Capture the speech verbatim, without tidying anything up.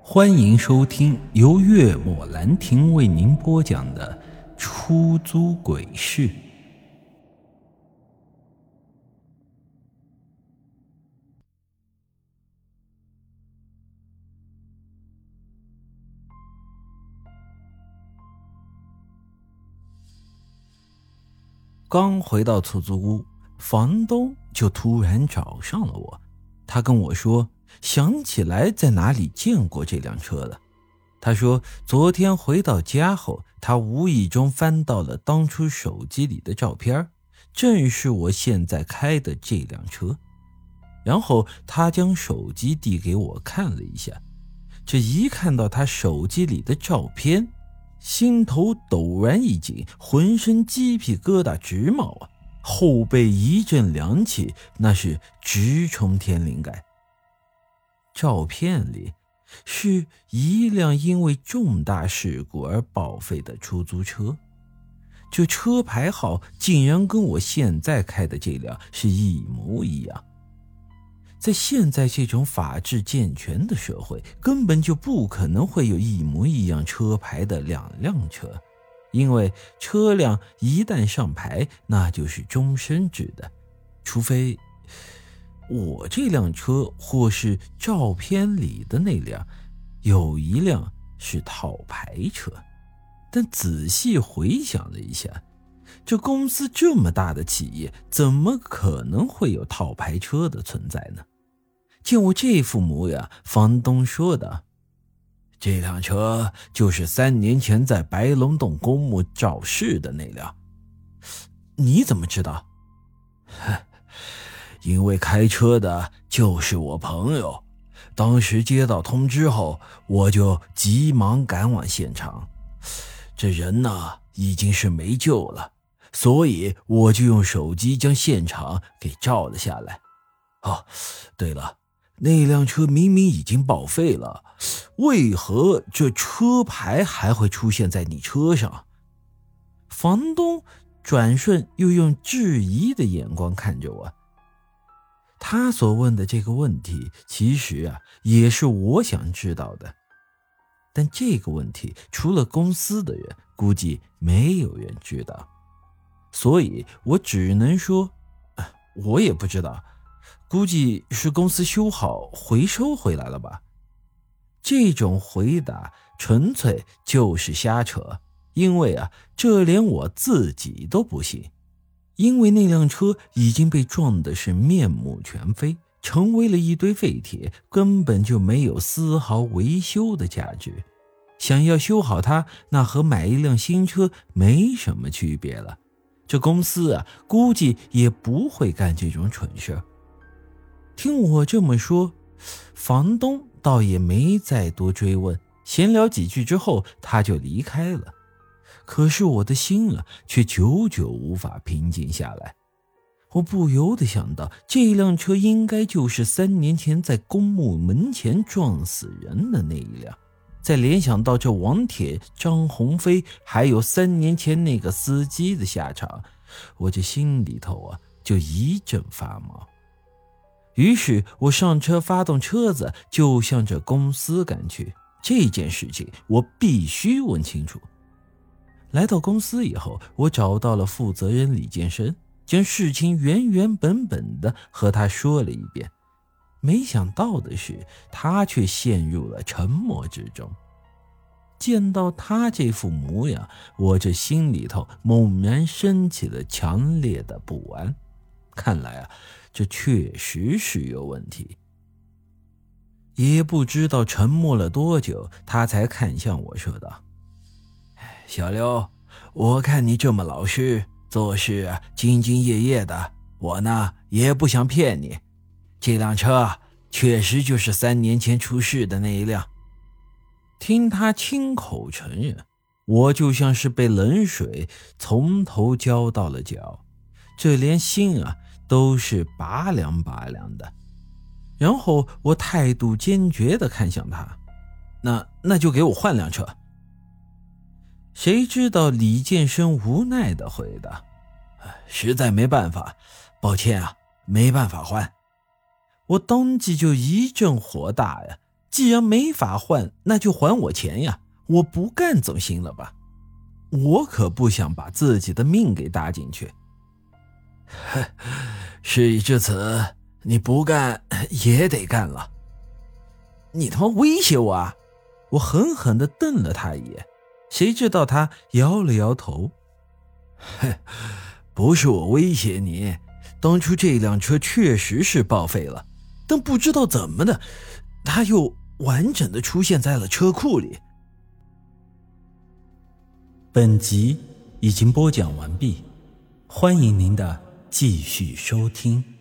欢迎收听由月末兰亭为您播讲的出租鬼事。刚回到出租屋，房东就突然找上了我。他跟我说想起来在哪里见过这辆车了。他说昨天回到家后，他无意中翻到了当初手机里的照片，正是我现在开的这辆车。然后他将手机递给我看了一下，这一看到他手机里的照片，心头陡然一紧，浑身鸡皮疙瘩直冒啊，后背一阵凉气，那是直冲天灵盖。照片里是一辆因为重大事故而报废的出租车，这车牌号竟然跟我现在开的这辆是一模一样。在现在这种法治健全的社会，根本就不可能会有一模一样车牌的两辆车，因为车辆一旦上牌，那就是终身制的，除非我这辆车或是照片里的那辆有一辆是套牌车。但仔细回想了一下，这公司这么大的企业，怎么可能会有套牌车的存在呢？见我这副模样，房东说道：这辆车就是三年前在白龙洞公墓肇事的那辆。你怎么知道？因为开车的就是我朋友，当时接到通知后，我就急忙赶往现场。这人呢，已经是没救了，所以我就用手机将现场给照了下来。哦，对了，那辆车明明已经报废了，为何这车牌还会出现在你车上？房东转瞬又用质疑的眼光看着我。他所问的这个问题，其实啊，也是我想知道的。但这个问题除了公司的人，估计没有人知道，所以我只能说，我也不知道，估计是公司修好回收回来了吧。这种回答纯粹就是瞎扯，因为啊，这连我自己都不信。因为那辆车已经被撞的是面目全非，成为了一堆废铁，根本就没有丝毫维修的价值。想要修好它，那和买一辆新车没什么区别了。这公司啊，估计也不会干这种蠢事。听我这么说，房东倒也没再多追问，闲聊几句之后，他就离开了。可是我的心啊，却久久无法平静下来。我不由得想到，这辆车应该就是三年前在公墓门前撞死人的那一辆。再联想到这王铁、张鸿飞，还有三年前那个司机的下场，我这心里头啊，就一阵发毛。于是我上车发动车子，就向这公司赶去。这件事情我必须问清楚。来到公司以后，我找到了负责人李建生，将事情原原本本的和他说了一遍。没想到的是，他却陷入了沉默之中。见到他这副模样，我这心里头猛然升起了强烈的不安。看来啊，这确实是有问题。也不知道沉默了多久，他才看向我说道：小刘，我看你这么老实，做事兢兢业业的，我呢也不想骗你。这辆车确实就是三年前出事的那一辆。听他亲口承认，我就像是被冷水从头浇到了脚，这连心啊都是拔凉拔凉的。然后我态度坚决地看向他，那那就给我换辆车。谁知道李建生无奈地回答：实在没办法，抱歉啊，没办法换。我当即就一阵火大呀， 既然没法换，那就还我钱呀，我不干总行了吧？我可不想把自己的命给搭进去。事已至此，你不干也得干了。你他妈威胁我啊！我狠狠地瞪了他一眼，谁知道他摇了摇头。不是我威胁你，当初这辆车确实是报废了，但不知道怎么的，它又完整的出现在了车库里。本集已经播讲完毕，欢迎您的继续收听。